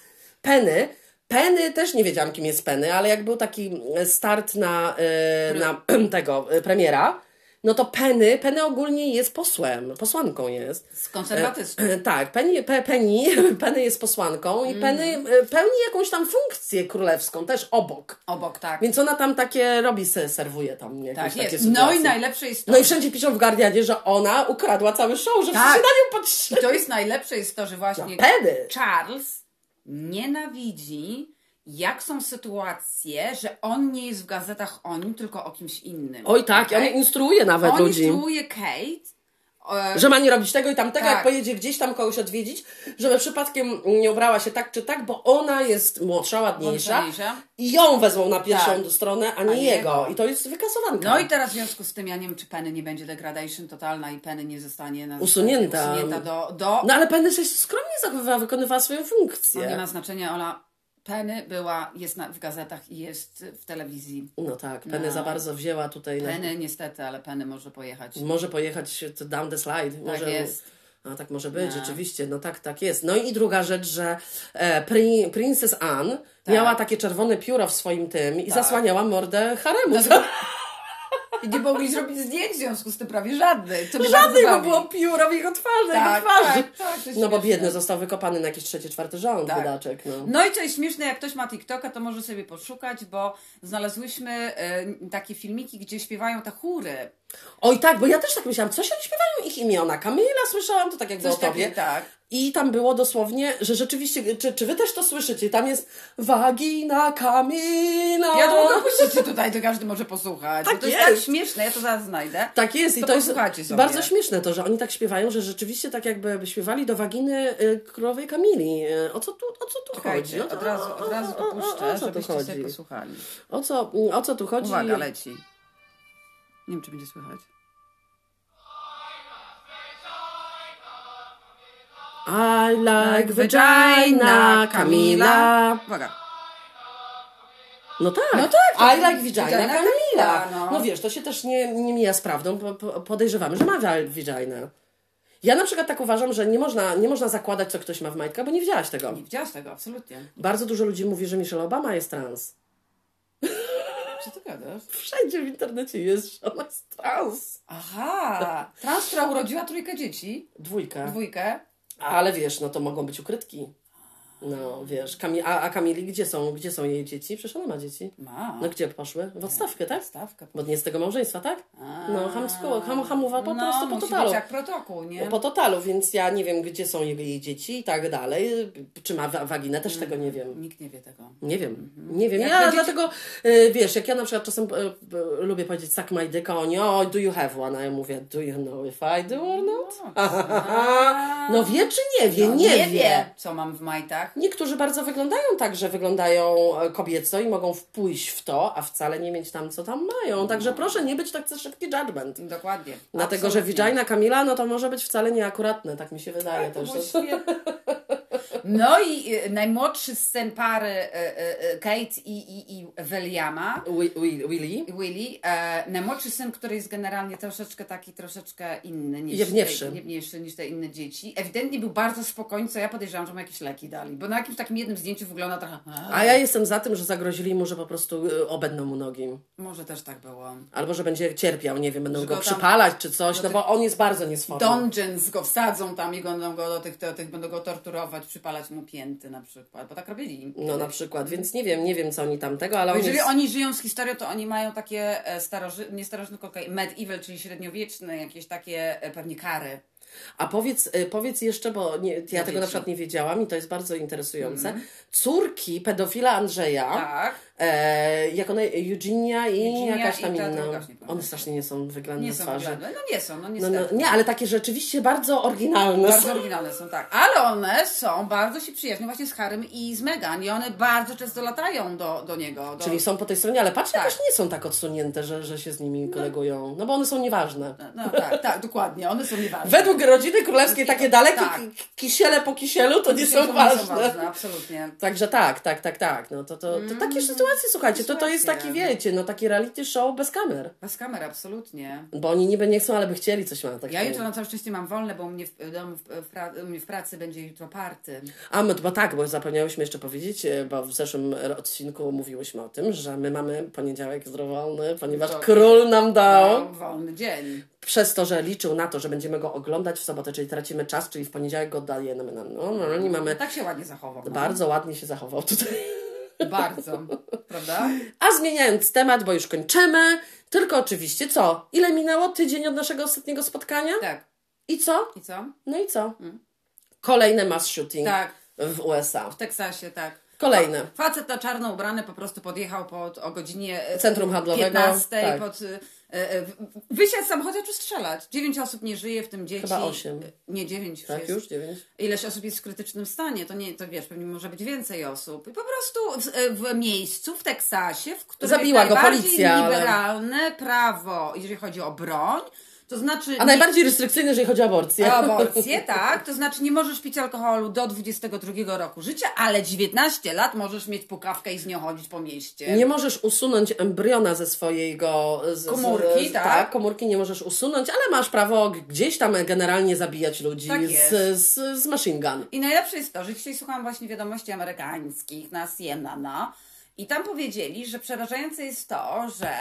Penny też nie wiedziałam, kim jest Penny, ale jak był taki start na tego premiera, no to Penny ogólnie jest posłanką jest. Z konserwatystów. Tak, Penny jest posłanką i Penny pełni jakąś tam funkcję królewską, też obok. Obok, tak. Więc ona tam takie robi, serwuje tam jakieś takie sytuacje. No i najlepsze jest to. No i wszędzie piszą w Guardianie, że ona ukradła cały show, że wszyscy na nią patrzyli. I to jest najlepsze jest to, że właśnie Charles nienawidzi, jak są sytuacje, że on nie jest w gazetach o nim, tylko o kimś innym. Oj tak, on instruuje nawet ludzi. On instruuje Kate. Że ma nie robić tego i tamtego, jak pojedzie gdzieś tam kogoś odwiedzić, żeby przypadkiem nie ubrała się tak czy tak, bo ona jest młodsza, ładniejsza i ją wezmą na pierwszą stronę, a nie jego. I to jest wykasowanka. No i teraz w związku z tym, ja nie wiem, czy Penny nie będzie degradation totalna i Penny nie zostanie usunięta do... No ale Penny się skromnie zachowywała, wykonywała swoją funkcję. No nie ma znaczenia, Ola. Penny jest w gazetach i jest w telewizji. No tak, Penny za bardzo wzięła tutaj... Penny niestety, ale Penny może pojechać. Może pojechać down the slide. Tak jest. No tak może być, rzeczywiście. No tak jest. No i druga rzecz, że Princess Anne miała takie czerwone pióro w swoim tym i zasłaniała mordę haremu. I nie mogli zrobić zdjęć w związku z tym prawie żadnych. Żadnych, bo było pióro w jego twarzy. Tak, no bo biedny został wykopany na jakiś 3-4 rząd, biedaczek. No i co jest śmieszne, jak ktoś ma TikToka, to może sobie poszukać, bo znalazłyśmy takie filmiki, gdzie śpiewają te chóry. Oj tak, bo ja też tak myślałam, coś oni śpiewają ich imiona. Kamila słyszałam, to tak jak o tobie. Tak. I tam było dosłownie, że rzeczywiście, czy wy też to słyszycie? Tam jest Wagina Kamila. Ja to mogę puścić tutaj, to każdy może posłuchać. Tak to jest tak śmieszne, ja to zaraz znajdę. Tak jest i to jest sobie. bardzo śmieszne to, że oni tak śpiewają, że rzeczywiście tak jakby śpiewali do waginy królowej Kamili. O co tu chodzi? Od razu to puszczę, żebyście sobie posłuchali. O co tu chodzi? Uwaga, leci. Nie wiem, czy będzie słychać. I like vagina Kamila. Uwaga. No tak. I like vagina Kamila. No wiesz, to się też nie mija z prawdą, bo podejrzewamy, że ma vagina. Ja na przykład tak uważam, że nie można zakładać, co ktoś ma w majtkach, bo nie widziałaś tego. Nie widziałaś tego, absolutnie. Bardzo dużo ludzi mówi, że Michelle Obama jest trans. Co ty gadasz? Wszędzie w internecie jest, że ona jest trans. Aha. Trans, która urodziła 3 dzieci. 2. Ale wiesz, no to mogą być ukrytki. No, wiesz, a Kamili, gdzie są jej dzieci? Przecież ona ma dzieci. Ma. No gdzie poszły? W odstawkę, tak? Odstawkę. Bo nie z tego małżeństwa, tak? No, hamowa po prostu po totalu. Być jak protokół, nie? Po totalu, więc ja nie wiem, gdzie są jej dzieci i tak dalej. Czy ma waginę, też tego nie wiem. Nikt nie wie tego. Nie wiem. Ja dlatego, wiesz, jak ja na przykład czasem lubię powiedzieć suck my dick, a oni, do you have one? A ja mówię, do you know if I do or not? No wie czy nie wie? Nie wie. Co mam w majtach? Niektórzy bardzo wyglądają tak, że wyglądają kobieco i mogą pójść w to, a wcale nie mieć tam, co tam mają. Także proszę nie być tak szybki judgment. Dokładnie. Dlatego, absolutnie. że vagina Kamila, no to może być wcale nieakuratne, tak mi się wydaje też. No i najmłodszy syn pary Kate i Williama. Willie. Najmłodszy syn, który jest generalnie troszeczkę inny niż jewniejszy niż te inne dzieci. Ewidentnie był bardzo spokojny, co ja podejrzewam, że mu jakieś leki dali. Bo na jakimś takim jednym zdjęciu wygląda trochę... A ja jestem za tym, że zagrozili mu, że po prostu obedną mu nogi. Może też tak było. Albo, że będzie cierpiał, nie wiem, będą go przypalać czy coś, no bo on jest bardzo niesforny. Dungeons go wsadzą tam i będą go będą go torturować, przypalać mu pięty na przykład, bo tak robili. No na przykład, więc nie wiem co oni tam tego, ale jeżeli oni żyją z historią, to oni mają takie nie starożytne, tylko medieval, czyli średniowieczne, jakieś takie pewnie kary. A powiedz jeszcze, bo ja tego na przykład nie wiedziałam i to jest bardzo interesujące. Córki pedofila Andrzeja, tak. Jak ona, Eugenia i jakaś tam inna. One strasznie nie są wyglądne twarzy. Nie, ale takie rzeczywiście bardzo oryginalne Bardzo oryginalne są, tak. Ale one są, bardzo się przyjaźnią właśnie z Harrym i z Meghan i one bardzo często latają do niego. Czyli są po tej stronie, ale patrz, jakoś nie są tak odsunięte, że się z nimi kolegują. No bo one są nieważne. No tak, dokładnie, one są nieważne. Według rodziny królewskiej takie dalekie kisiele po kisielu to nie są ważne. Absolutnie. Także tak. No to takie sytuacje, słuchajcie, to jest taki, wiecie, no taki reality show bez kamer. Bez kamer, absolutnie. Bo oni niby nie chcą, ale by chcieli coś ma. Ja jutro na całe szczęście mam wolne, bo u mnie w domu, u mnie w pracy będzie jutro party. Bo zapomniałyśmy jeszcze powiedzieć, bo w zeszłym odcinku mówiłyśmy o tym, że my mamy poniedziałek wolny, ponieważ król nam dał wolny dzień. Przez to, że liczył na to, że będziemy go oglądać w sobotę, czyli tracimy czas, czyli w poniedziałek go dajemy. Mamy... Tak się ładnie zachował. Bardzo ładnie się zachował tutaj. Bardzo, prawda? A zmieniając temat, bo już kończymy, tylko oczywiście co? Ile minęło? Tydzień od naszego ostatniego spotkania? Tak. I co? No i co? Kolejny mass shooting tak. w USA. W Teksasie, tak. Kolejny. Facet na czarno ubrany po prostu podjechał o godzinie centrum handlowego 15 tak. Wysiadł z samochodu, zaczął strzelać. 9 osób nie żyje, w tym dzieci. Chyba 8. Nie, 9 tak, już 9. Ileś osób jest w krytycznym stanie, to wiesz, pewnie może być więcej osób. I po prostu w miejscu, w Teksasie, w którym zabiła jest go policja, liberalne prawo, jeżeli chodzi o broń. To znaczy... A najbardziej restrykcyjne, jeżeli chodzi o aborcję. Aborcję, tak. To znaczy nie możesz pić alkoholu do 22 roku życia, ale 19 lat możesz mieć pukawkę i z nią chodzić po mieście. Nie możesz usunąć embriona ze swojego... komórki, tak. Komórki nie możesz usunąć, ale masz prawo gdzieś tam generalnie zabijać ludzi tak z machine gun. I najlepsze jest to, że dzisiaj słuchałam właśnie wiadomości amerykańskich na CNN i tam powiedzieli, że przerażające jest to, że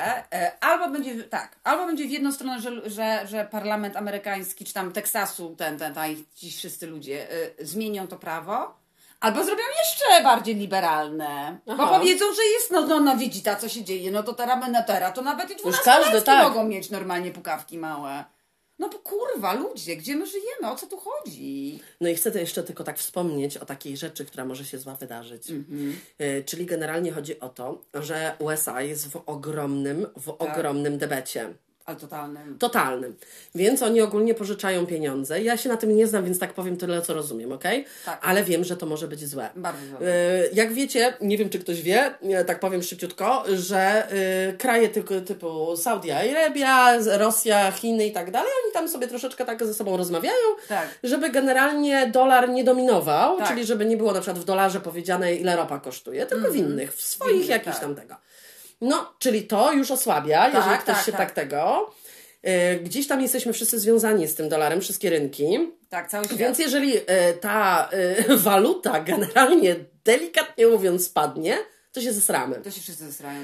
albo będzie w jedną stronę, że parlament amerykański, czy tam Teksasu, ci wszyscy ludzie zmienią to prawo, albo zrobią jeszcze bardziej liberalne. Aha. Bo powiedzą, że jest, widzi co się dzieje, to teraz to nawet i 12-latki mogą mieć normalnie pukawki małe. No bo kurwa, ludzie, gdzie my żyjemy? O co tu chodzi? No i chcę to jeszcze tylko tak wspomnieć o takiej rzeczy, która może się zła wydarzyć. Czyli generalnie chodzi o to, że USA jest w ogromnym debecie. Ale totalnym. Totalnym. Więc oni ogólnie pożyczają pieniądze. Ja się na tym nie znam, więc tak powiem tyle, co rozumiem, okej? Tak. Ale wiem, że to może być złe. Bardzo złe. Jak wiecie, nie wiem, czy ktoś wie, tak powiem szybciutko, że kraje typu Saudi Arabia, Rosja, Chiny i tak dalej, oni tam sobie troszeczkę tak ze sobą rozmawiają, żeby generalnie dolar nie dominował, czyli żeby nie było na przykład w dolarze powiedziane, ile ropa kosztuje, tylko w innych, w swoich jakichś tam tego. No, czyli to już osłabia, jeżeli ktoś się tak tego... Gdzieś tam jesteśmy wszyscy związani z tym dolarem, wszystkie rynki. Tak, cały świat. Więc jeżeli ta waluta generalnie, delikatnie mówiąc, spadnie, to się zesramy. To się wszyscy zesrają.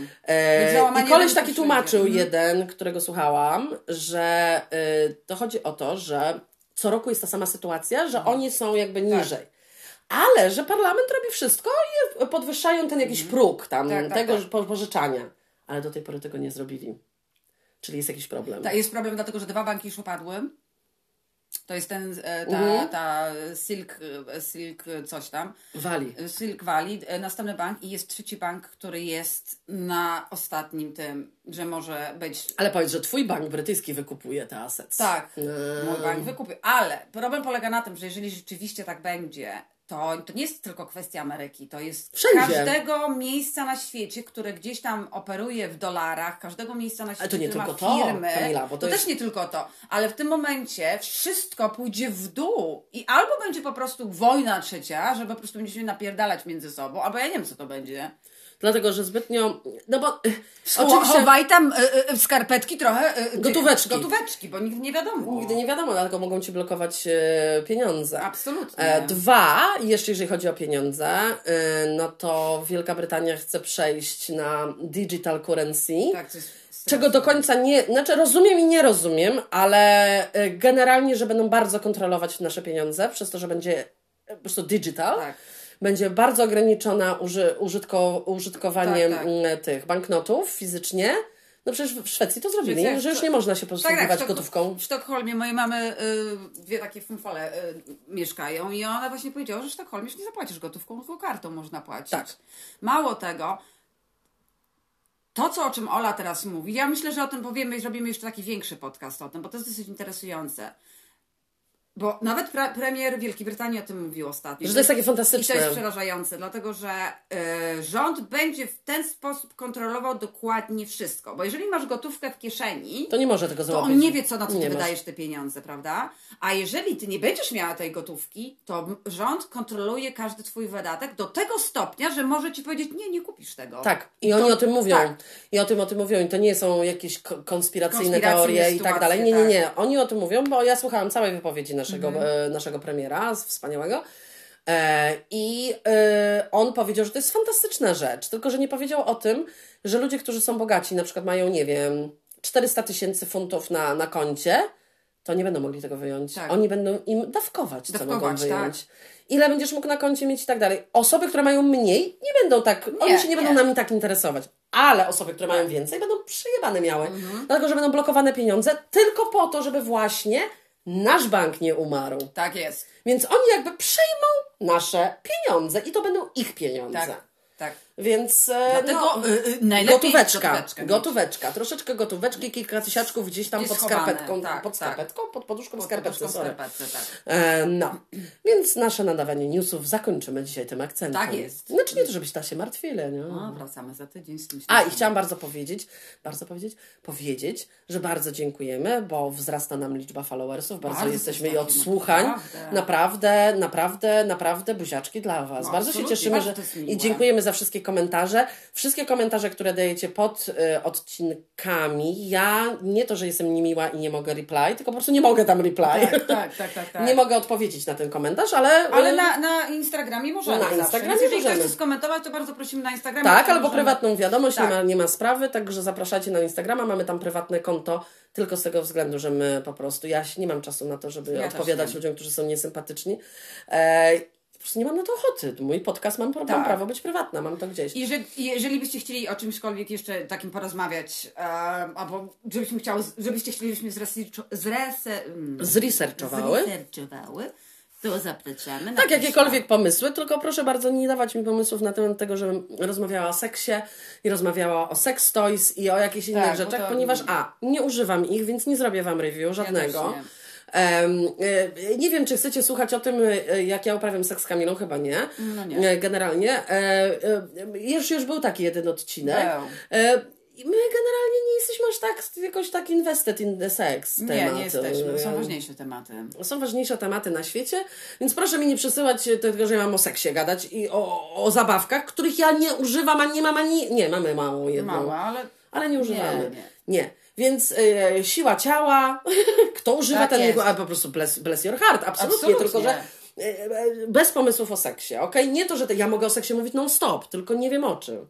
I koleś taki tłumaczył jeden, którego słuchałam, że to chodzi o to, że co roku jest ta sama sytuacja, że oni są jakby niżej. Ale że parlament robi wszystko i podwyższają ten jakiś próg tam pożyczania. Ale do tej pory tego nie zrobili. Czyli jest jakiś problem. Jest problem dlatego, że 2 banki już upadły. To jest ten, ta Silk coś tam. Silk Valley. Następny bank i jest trzeci bank, który jest na ostatnim tym, że może być... Ale powiedz, że twój bank brytyjski wykupuje te assets. Tak, mój bank wykupuje. Ale problem polega na tym, że jeżeli rzeczywiście tak będzie, to nie jest tylko kwestia Ameryki, to jest każdego miejsca na świecie, które gdzieś tam operuje w dolarach, każdego miejsca na świecie, to nie które tylko ma firmy. Kamila, bo to też nie tylko to, ale w tym momencie wszystko pójdzie w dół i albo będzie po prostu wojna trzecia, że po prostu będziemy napierdalać między sobą, albo ja nie wiem, co to będzie. Dlatego, że zbytnio... No bo oczywiście... Chowaj tam skarpetki trochę... Gotóweczki, bo nigdy nie wiadomo. Nigdy nie wiadomo, dlatego mogą Ci blokować pieniądze. Absolutnie. 2, jeszcze jeżeli chodzi o pieniądze, no to Wielka Brytania chce przejść na digital currency. Tak, to jest... Czego do końca nie... Znaczy rozumiem i nie rozumiem, ale generalnie, że będą bardzo kontrolować nasze pieniądze, przez to, że będzie po prostu digital. Tak. Będzie bardzo ograniczona użytkowanie tych banknotów fizycznie. No przecież w Szwecji to zrobili, że już nie można się posługiwać gotówką. W Sztokholmie mojej mamy 2 takie funfole mieszkają i ona właśnie powiedziała, że w Sztokholmie już nie zapłacisz gotówką, tylko kartą można płacić. Tak. Mało tego, o czym Ola teraz mówi, ja myślę, że o tym powiemy i zrobimy jeszcze taki większy podcast o tym, bo to jest dosyć interesujące. Bo nawet premier Wielkiej Brytanii o tym mówił ostatnio. Że to jest takie fantastyczne. I to jest przerażające, dlatego że rząd będzie w ten sposób kontrolował dokładnie wszystko. Bo jeżeli masz gotówkę w kieszeni, to nie może tego załapać. To on nie wie, na co ty wydajesz te pieniądze, prawda? A jeżeli ty nie będziesz miała tej gotówki, to rząd kontroluje każdy twój wydatek do tego stopnia, że może ci powiedzieć, nie kupisz tego. Tak. I oni o tym mówią. Tak. I o tym mówią. I to nie są jakieś konspiracyjne teorie i tak dalej. Nie. Oni o tym mówią, bo ja słuchałam całej wypowiedzi naszego premiera, wspaniałego. On powiedział, że to jest fantastyczna rzecz, tylko że nie powiedział o tym, że ludzie, którzy są bogaci, na przykład mają, nie wiem, 400 000 funtów na koncie, to nie będą mogli tego wyjąć. Tak. Oni będą im dawkować, co mogą wyjąć. Tak. Ile będziesz mógł na koncie mieć i tak dalej. Osoby, które mają mniej, nie będą tak, oni się nie będą nami tak interesować. Ale osoby, które mają więcej, będą przyjebane miały. Dlatego, że będą blokowane pieniądze tylko po to, żeby właśnie nasz bank nie umarł. Tak jest. Więc oni jakby przejmą nasze pieniądze i to będą ich pieniądze. Tak. Więc dlatego najlepiej gotóweczka. Troszeczkę gotóweczki, kilka tysiaczków gdzieś tam pod skarpetką. Pod poduszką skarpetką. Więc nasze nadawanie newsów zakończymy dzisiaj tym akcentem. Tak jest. Znaczy nie to, żebyście się martwili. Nie? Wracamy za tydzień z tym. I chciałam powiedzieć, że bardzo dziękujemy, bo wzrasta nam liczba followersów, bardzo jesteśmy i odsłuchań. Naprawdę buziaczki dla Was. Bardzo się cieszymy, i dziękujemy za wszystkie komentarze. Wszystkie komentarze, które dajecie pod odcinkami, ja nie to, że jestem niemiła i nie mogę reply, tylko po prostu nie mogę tam reply. Tak. Nie mogę odpowiedzieć na ten komentarz, ale... Ale na Instagramie możemy Więc jeżeli ktoś chce skomentować, to bardzo prosimy na Instagramie. Tak, albo prywatną wiadomość, nie ma sprawy, także zapraszajcie na Instagrama, mamy tam prywatne konto, tylko z tego względu, że my po prostu, ja nie mam czasu na to, żeby odpowiadać ludziom, którzy są niesympatyczni. prostu nie mam na to ochoty. Mój podcast mam prawo być prywatna, mam to gdzieś. I jeżeli byście chcieli o czymśkolwiek jeszcze takim porozmawiać, albo żebyście chcieli, żebyśmy zresearchowały, to zapraszamy. Tak, jakiekolwiek pomysły, tylko proszę bardzo nie dawać mi pomysłów na temat tego, żebym rozmawiała o seksie i rozmawiała o sex toys i o jakichś innych rzeczach, ponieważ nie używam ich, więc nie zrobię wam review żadnego. Nie wiem, czy chcecie słuchać o tym, jak ja uprawiam seks z Kamilą, chyba nie. No nie. Generalnie. Już był taki jeden odcinek. I my generalnie nie jesteśmy aż tak jakoś tak invested in the sex temat. Nie jesteśmy. Są ważniejsze tematy. Są ważniejsze tematy na świecie, więc proszę mi nie przesyłać tego, że ja mam o seksie gadać i o zabawkach, których ja nie używam, a nie mam ani... Nie, mamy małą jedną. Mała, ale nie używamy. Nie. Więc siła ciała, kto używa ten... A po prostu bless your heart. Absolutnie. Tylko, że bez pomysłów o seksie, okej? Nie to, że ja mogę o seksie mówić non-stop, tylko nie wiem o czym.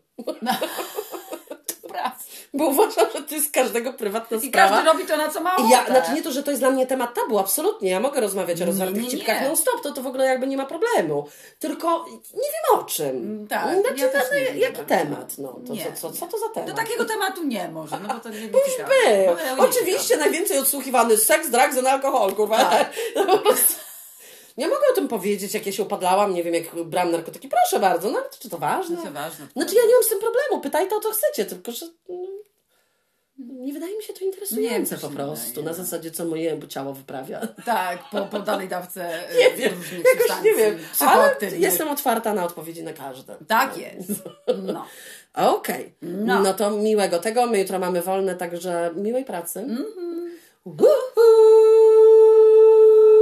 Bo uważam, że to jest każdego prywatna sprawa. I każdy robi to, na co ma ochotę. Znaczy nie to, że to jest dla mnie temat tabu, absolutnie. Ja mogę rozmawiać o rozwartych cipkach non-stop, to w ogóle jakby nie ma problemu. Tylko nie wiem o czym. Tak, jaki temat? Co to za temat? Do takiego tematu nie może, no bo to nie był. Oczywiście najwięcej odsłuchiwany seks, drugs and alkohol, kurwa. Tak. Po prostu... Ja mogę o tym powiedzieć, jak ja się upadlałam, nie wiem, jak brałam narkotyki, proszę bardzo, no ale czy to ważne? To ważne. Znaczy ja nie mam z tym problemu, pytajcie o co chcecie, tylko że nie wydaje mi się to interesujące po prostu, na zasadzie co moje ciało wyprawia. Tak, po danej dawce różnych substancji. Nie wiem, ale jestem otwarta na odpowiedzi na każde. Tak jest. No. Okej. No to miłego tego, my jutro mamy wolne, także miłej pracy.